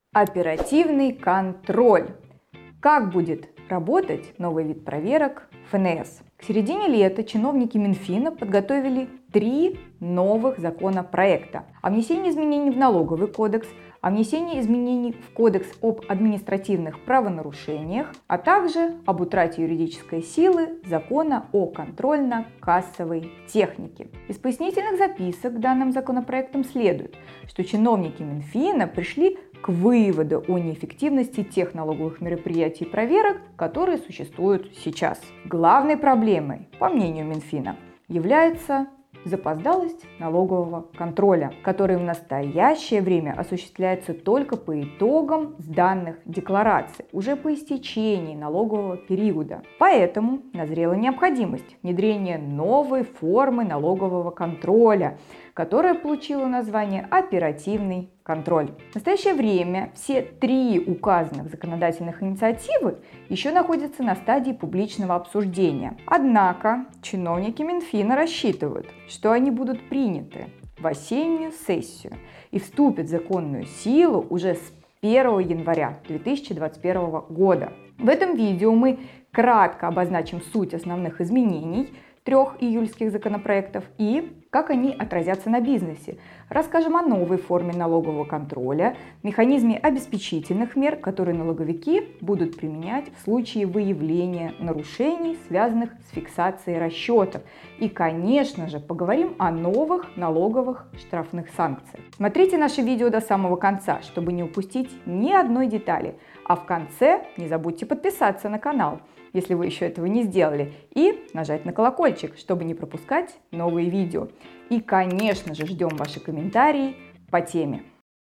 Оперативный контроль. Как будет работать новый вид проверок ФНС? К середине лета чиновники Минфина подготовили 3 новых законопроекта: о внесении изменений в налоговый кодекс, о внесении изменений в Кодекс об административных правонарушениях, а также об утрате юридической силы закона о контрольно-кассовой технике. Из пояснительных записок к данным законопроектам следует, что чиновники Минфина пришли к выводу о неэффективности тех налоговых мероприятий и проверок, которые существуют сейчас. Главной проблемой, по мнению Минфина, является запоздалость налогового контроля, который в настоящее время осуществляется только по итогам сданных деклараций, уже по истечении налогового периода. Поэтому назрела необходимость внедрения новой формы налогового контроля, которая получила название оперативный контроль. В настоящее время все 3 указанных законодательных инициативы еще находятся на стадии публичного обсуждения. Однако чиновники Минфина рассчитывают, что они будут приняты в осеннюю сессию и вступят в законную силу уже с 1 января 2021 года. В этом видео мы кратко обозначим суть основных изменений 3 июльских законопроектов и как они отразятся на бизнесе. Расскажем о новой форме налогового контроля, механизме обеспечительных мер, которые налоговики будут применять в случае выявления нарушений, связанных с фиксацией расчетов. И, конечно же, поговорим о новых налоговых штрафных санкциях. Смотрите наше видео до самого конца, чтобы не упустить ни одной детали. А в конце не забудьте подписаться на канал, если вы еще этого не сделали, и нажать на колокольчик, чтобы не пропускать новые видео. И, конечно же, ждем ваши комментарии по теме.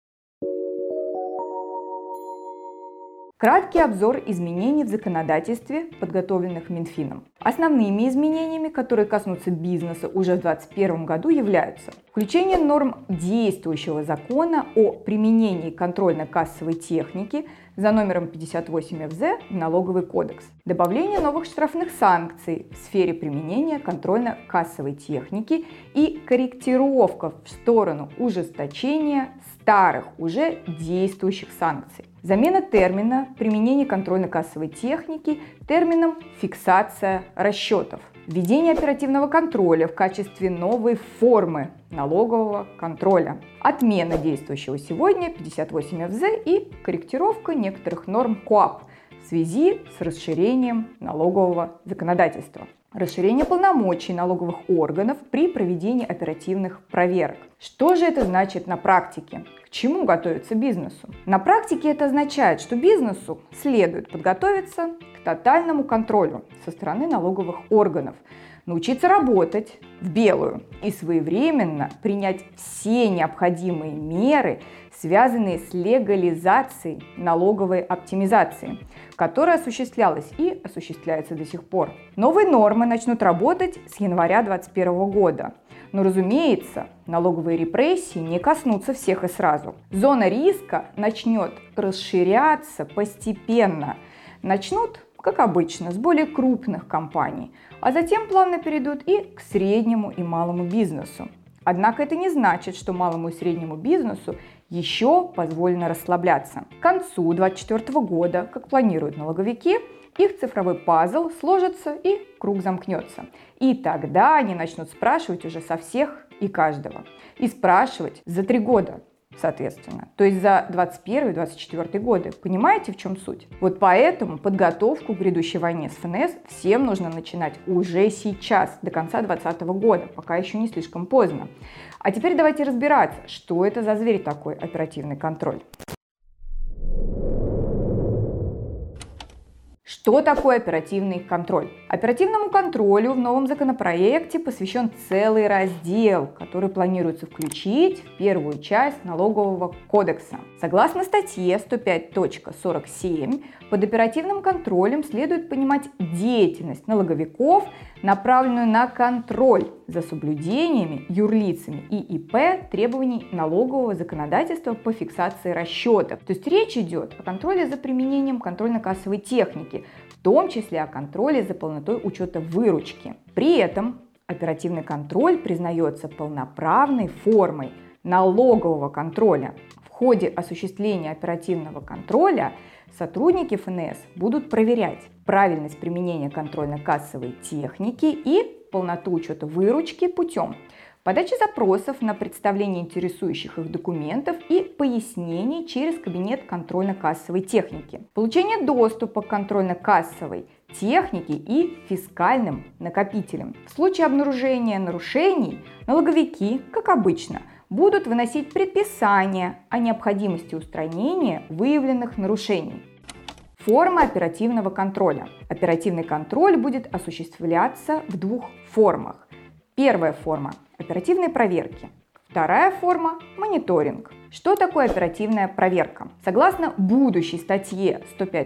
Краткий обзор изменений в законодательстве, подготовленных Минфином. Основными изменениями, которые коснутся бизнеса уже в 2021 году, являются включение норм действующего закона о применении контрольно-кассовой техники за номером 58 ФЗ в налоговый кодекс, добавление новых штрафных санкций в сфере применения контрольно-кассовой техники и корректировка в сторону ужесточения старых, уже действующих санкций. Замена термина «применение контрольно-кассовой техники» термином «фиксация расчетов». Введение оперативного контроля в качестве новой формы налогового контроля. Отмена действующего сегодня 58 ФЗ и корректировка некоторых норм КоАП в связи с расширением налогового законодательства. Расширение полномочий налоговых органов при проведении оперативных проверок. Что же это значит на практике? К чему готовиться бизнесу? На практике это означает, что бизнесу следует подготовиться к тотальному контролю со стороны налоговых органов, научиться работать в белую и своевременно принять все необходимые меры, связанные с легализацией налоговой оптимизации, которая осуществлялась и осуществляется до сих пор. Новые нормы начнут работать с января 2021 года. Но, разумеется, налоговые репрессии не коснутся всех и сразу. Зона риска начнет расширяться постепенно. Начнут, как обычно, с более крупных компаний, а затем плавно перейдут и к среднему и малому бизнесу. Однако это не значит, что малому и среднему бизнесу еще позволено расслабляться. К концу 2024 года, как планируют налоговики, их цифровой пазл сложится и круг замкнется. И тогда они начнут спрашивать уже со всех и каждого. И спрашивать за 3 года. Соответственно, то есть за 2021-2024 годы. Понимаете, в чем суть? Вот поэтому подготовку к грядущей войне с ФНС всем нужно начинать уже сейчас, до конца 2020 года, пока еще не слишком поздно. А теперь давайте разбираться, что это за зверь такой оперативный контроль. Что такое оперативный контроль? Оперативному контролю в новом законопроекте посвящен целый раздел, который планируется включить в первую часть налогового кодекса. Согласно статье 105.47, под оперативным контролем следует понимать деятельность налоговиков, направленную на контроль за соблюдениями юрлицами и ИП требований налогового законодательства по фиксации расчетов. То есть речь идет о контроле за применением контрольно-кассовой техники, в том числе о контроле за полнотой учета выручки. При этом оперативный контроль признается полноправной формой налогового контроля. В ходе осуществления оперативного контроля сотрудники ФНС будут проверять правильность применения контрольно-кассовой техники и полноту учета выручки путем подачи запросов на представление интересующих их документов и пояснений через кабинет контрольно-кассовой техники, получение доступа к контрольно-кассовой технике и фискальным накопителям. В случае обнаружения нарушений налоговики, как обычно, будут выносить предписания о необходимости устранения выявленных нарушений. Форма оперативного контроля. Оперативный контроль будет осуществляться в двух формах. Первая форма – оперативной проверки. Вторая форма – мониторинг. Что такое оперативная проверка? Согласно будущей статье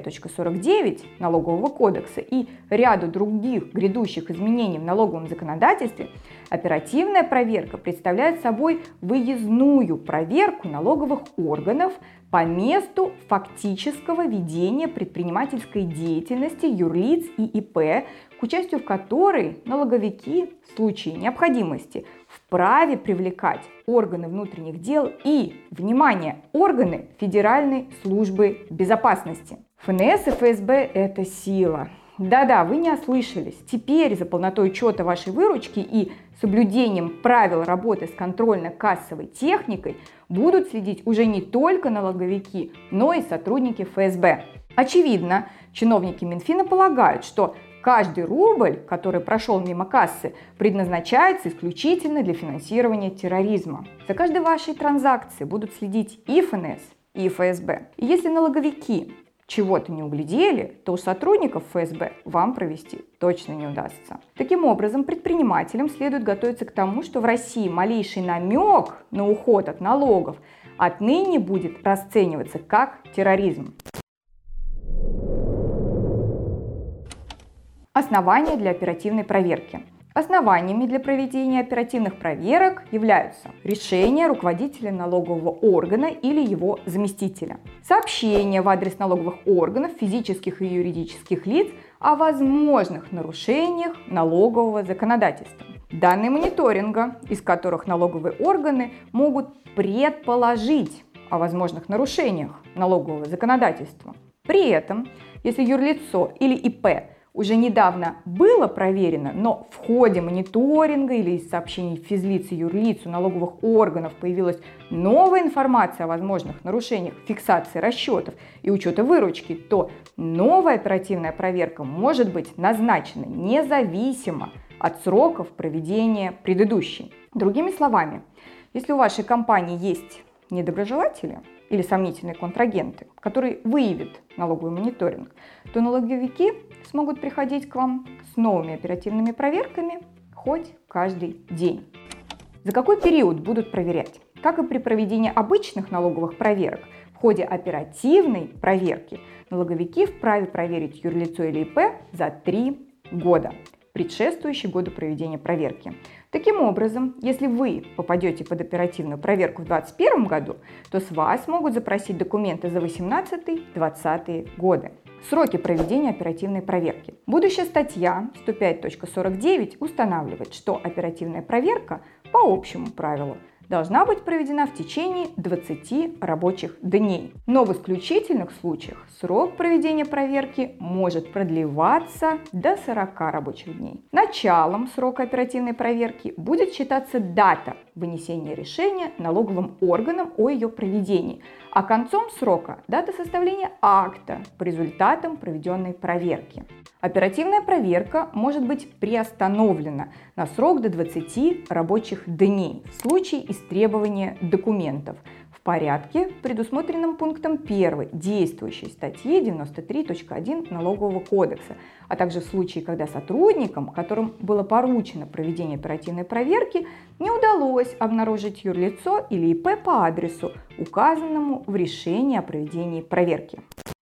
105.49 Налогового кодекса и ряду других грядущих изменений в налоговом законодательстве, оперативная проверка представляет собой выездную проверку налоговых органов по месту фактического ведения предпринимательской деятельности юрлиц и ИП, к участию в которой налоговики в случае необходимости вправе привлекать органы внутренних дел и, внимание, органы Федеральной службы безопасности. ФНС и ФСБ – это сила. Да-да, вы не ослышались. Теперь за полнотой учета вашей выручки и соблюдением правил работы с контрольно-кассовой техникой будут следить уже не только налоговики, но и сотрудники ФСБ. Очевидно, чиновники Минфина полагают, что каждый рубль, который прошел мимо кассы, предназначается исключительно для финансирования терроризма. За каждой вашей транзакцией будут следить и ФНС, и ФСБ. И если налоговики чего-то не углядели, то у сотрудников ФСБ вам провести точно не удастся. Таким образом, предпринимателям следует готовиться к тому, что в России малейший намек на уход от налогов отныне будет расцениваться как терроризм. Основания для оперативной проверки. Основаниями для проведения оперативных проверок являются решение руководителя налогового органа или его заместителя, сообщение в адрес налоговых органов, физических и юридических лиц о возможных нарушениях налогового законодательства, данные мониторинга, из которых налоговые органы могут предположить о возможных нарушениях налогового законодательства. При этом, если юрлицо или ИП уже недавно было проверено, но в ходе мониторинга или из сообщений физлиц и юрлиц у налоговых органов появилась новая информация о возможных нарушениях фиксации расчетов и учета выручки, то новая оперативная проверка может быть назначена независимо от сроков проведения предыдущей. Другими словами, если у вашей компании есть недоброжелатели или сомнительные контрагенты, которые выявят налоговый мониторинг, то налоговики смогут приходить к вам с новыми оперативными проверками хоть каждый день. За какой период будут проверять? Как и при проведении обычных налоговых проверок, в ходе оперативной проверки налоговики вправе проверить юрлицо или ИП за 3 года, предшествующие году проведения проверки. Таким образом, если вы попадете под оперативную проверку в 2021 году, то с вас могут запросить документы за 2018-2020 годы. Сроки проведения оперативной проверки. Будущая статья 105.49 устанавливает, что оперативная проверка по общему правилу должна быть проведена в течение 20 рабочих дней. Но в исключительных случаях срок проведения проверки может продлеваться до 40 рабочих дней. Началом срока оперативной проверки будет считаться дата вынесения решения налоговым органом о ее проведении, а концом срока – дата составления акта по результатам проведенной проверки. Оперативная проверка может быть приостановлена на срок до 20 рабочих дней в случае истребования документов в порядке, предусмотренном пунктом 1 действующей статьи 93.1 Налогового кодекса, а также в случае, когда сотрудникам, которым было поручено проведение оперативной проверки, не удалось обнаружить юрлицо или ИП по адресу, указанному в решении о проведении проверки.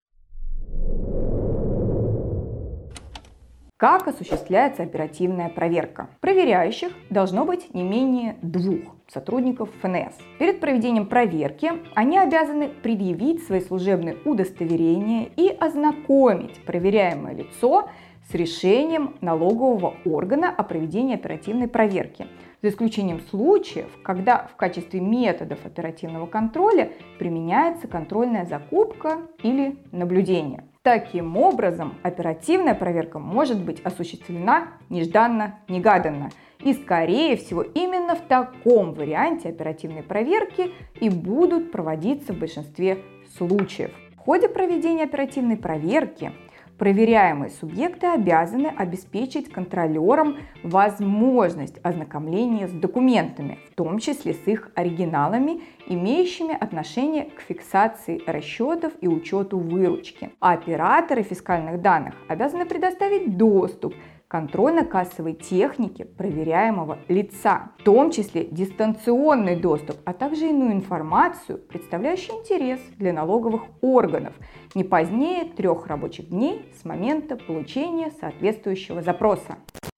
Как осуществляется оперативная проверка? Проверяющих должно быть не менее 2 сотрудников ФНС. Перед проведением проверки они обязаны предъявить свои служебные удостоверения и ознакомить проверяемое лицо с решением налогового органа о проведении оперативной проверки, за исключением случаев, когда в качестве методов оперативного контроля применяется контрольная закупка или наблюдение. Таким образом, оперативная проверка может быть осуществлена нежданно-негаданно. И, скорее всего, именно в таком варианте оперативной проверки и будут проводиться в большинстве случаев. В ходе проведения оперативной проверки проверяемые субъекты обязаны обеспечить контролерам возможность ознакомления с документами, в том числе с их оригиналами, имеющими отношение к фиксации расчетов и учету выручки. А операторы фискальных данных обязаны предоставить доступ к контрольно-кассовой технике проверяемого лица, в том числе дистанционный доступ, а также иную информацию, представляющую интерес для налоговых органов, не позднее 3 рабочих дней с момента получения соответствующего запроса.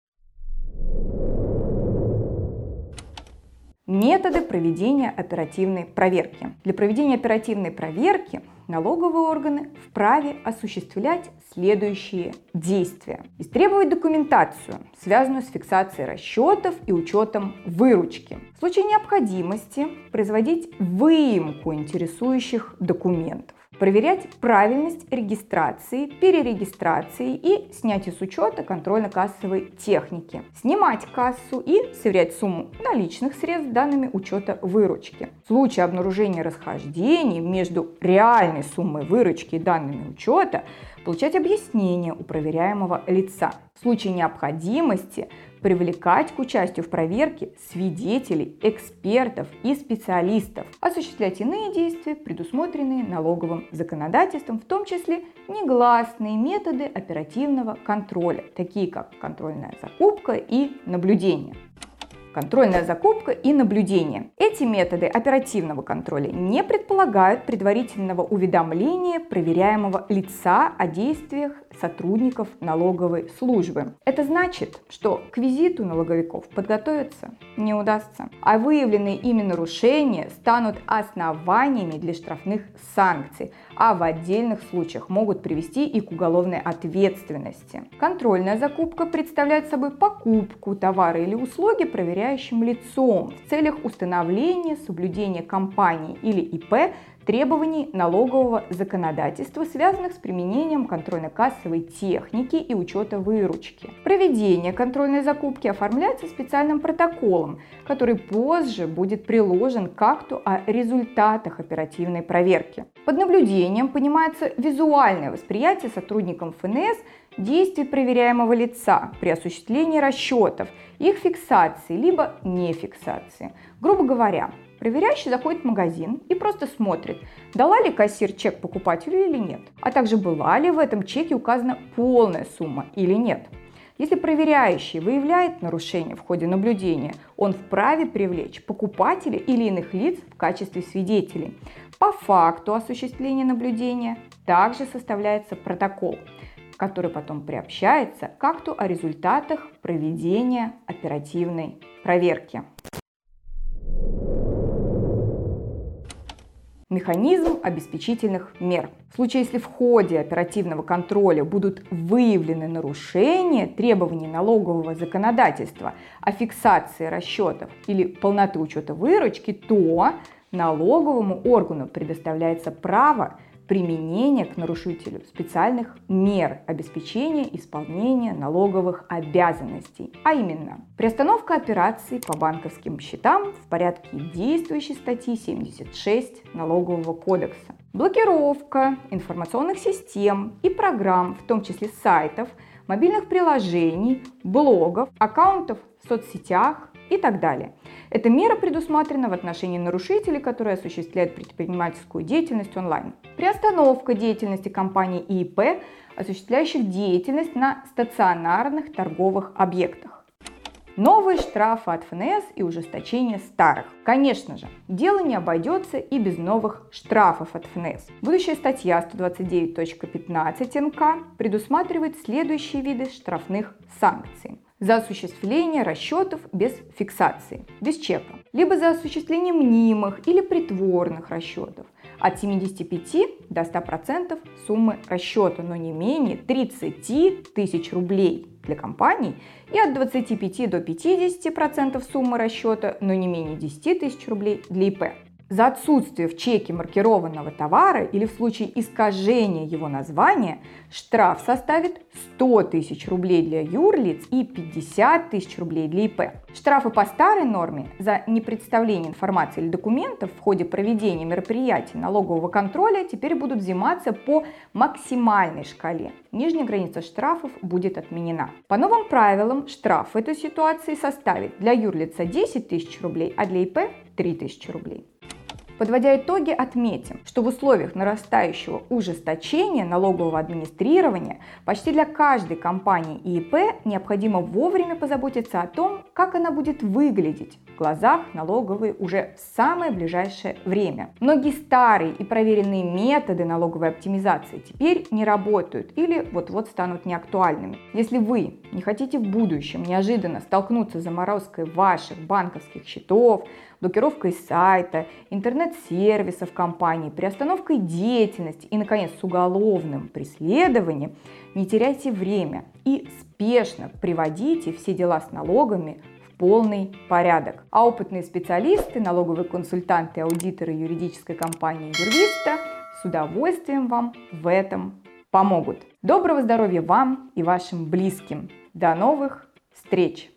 Методы проведения оперативной проверки. Для проведения оперативной проверки налоговые органы вправе осуществлять следующие действия. Истребовать документацию, связанную с фиксацией расчетов и учетом выручки. В случае необходимости производить выемку интересующих документов. Проверять правильность регистрации, перерегистрации и снятия с учета контрольно-кассовой техники. Снимать кассу и сверять сумму наличных средств с данными учета выручки. В случае обнаружения расхождений между реальной суммой выручки и данными учета получать объяснение у проверяемого лица. В случае необходимости привлекать к участию в проверке свидетелей, экспертов и специалистов, осуществлять иные действия, предусмотренные налоговым законодательством, в том числе негласные методы оперативного контроля, такие как контрольная закупка и наблюдение. Контрольная закупка и наблюдение. Эти методы оперативного контроля не предполагают предварительного уведомления проверяемого лица о действиях сотрудников налоговой службы. Это значит, что к визиту налоговиков подготовиться не удастся, а выявленные ими нарушения станут основаниями для штрафных санкций, а в отдельных случаях могут привести и к уголовной ответственности. Контрольная закупка представляет собой покупку товара или услуги проверяющим лицом в целях установления соблюдения компанией или ИП требований налогового законодательства, связанных с применением контрольно-кассовой техники и учета выручки. Проведение контрольной закупки оформляется специальным протоколом, который позже будет приложен к акту о результатах оперативной проверки. Под наблюдением понимается визуальное восприятие сотрудникам ФНС действий проверяемого лица при осуществлении расчетов, их фиксации либо нефиксации. Грубо говоря, проверяющий заходит в магазин и просто смотрит, дала ли кассир чек покупателю или нет, а также была ли в этом чеке указана полная сумма или нет. Если проверяющий выявляет нарушение в ходе наблюдения, он вправе привлечь покупателей или иных лиц в качестве свидетелей. По факту осуществления наблюдения также составляется протокол, который потом приобщается к акту о результатах проведения оперативной проверки. Механизм обеспечительных мер. В случае, если в ходе оперативного контроля будут выявлены нарушения требований налогового законодательства о фиксации расчетов или полноты учета выручки, то налоговому органу предоставляется право применения к нарушителю специальных мер обеспечения исполнения налоговых обязанностей, а именно приостановка операций по банковским счетам в порядке действующей статьи 76 Налогового кодекса, блокировка информационных систем и программ, в том числе сайтов, мобильных приложений, блогов, аккаунтов в соцсетях и так далее. Эта мера предусмотрена в отношении нарушителей, которые осуществляют предпринимательскую деятельность онлайн. Приостановка деятельности компаний и ИП, осуществляющих деятельность на стационарных торговых объектах. Новые штрафы от ФНС и ужесточение старых. Конечно же, дело не обойдется и без новых штрафов от ФНС. Будущая статья 129.15 НК предусматривает следующие виды штрафных санкций. За осуществление расчетов без фиксации, без чека, либо за осуществление мнимых или притворных расчетов, от 75 до 100% суммы расчета, но не менее 30 тысяч рублей для компаний и от 25 до 50% суммы расчета, но не менее 10 тысяч рублей для ИП. За отсутствие в чеке маркированного товара или в случае искажения его названия штраф составит 100 тысяч рублей для юрлиц и 50 тысяч рублей для ИП. Штрафы по старой норме за непредставление информации или документов в ходе проведения мероприятий налогового контроля теперь будут взиматься по максимальной шкале. Нижняя граница штрафов будет отменена. По новым правилам штраф в этой ситуации составит для юрлица 10 тысяч рублей, а для ИП 3 тысячи рублей. Подводя итоги, отметим, что в условиях нарастающего ужесточения налогового администрирования почти для каждой компании и ИП необходимо вовремя позаботиться о том, как она будет выглядеть в глазах налоговой уже в самое ближайшее время. Многие старые и проверенные методы налоговой оптимизации теперь не работают или вот-вот станут неактуальными. Если вы не хотите в будущем неожиданно столкнуться с заморозкой ваших банковских счетов, блокировкой сайта, интернет-сервисов компании, приостановкой деятельности и, наконец, с уголовным преследованием, не теряйте время и спешно приводите все дела с налогами в полный порядок. А опытные специалисты, налоговые консультанты, аудиторы юридической компании Юрвиста с удовольствием вам в этом помогут. Доброго здоровья вам и вашим близким. До новых встреч!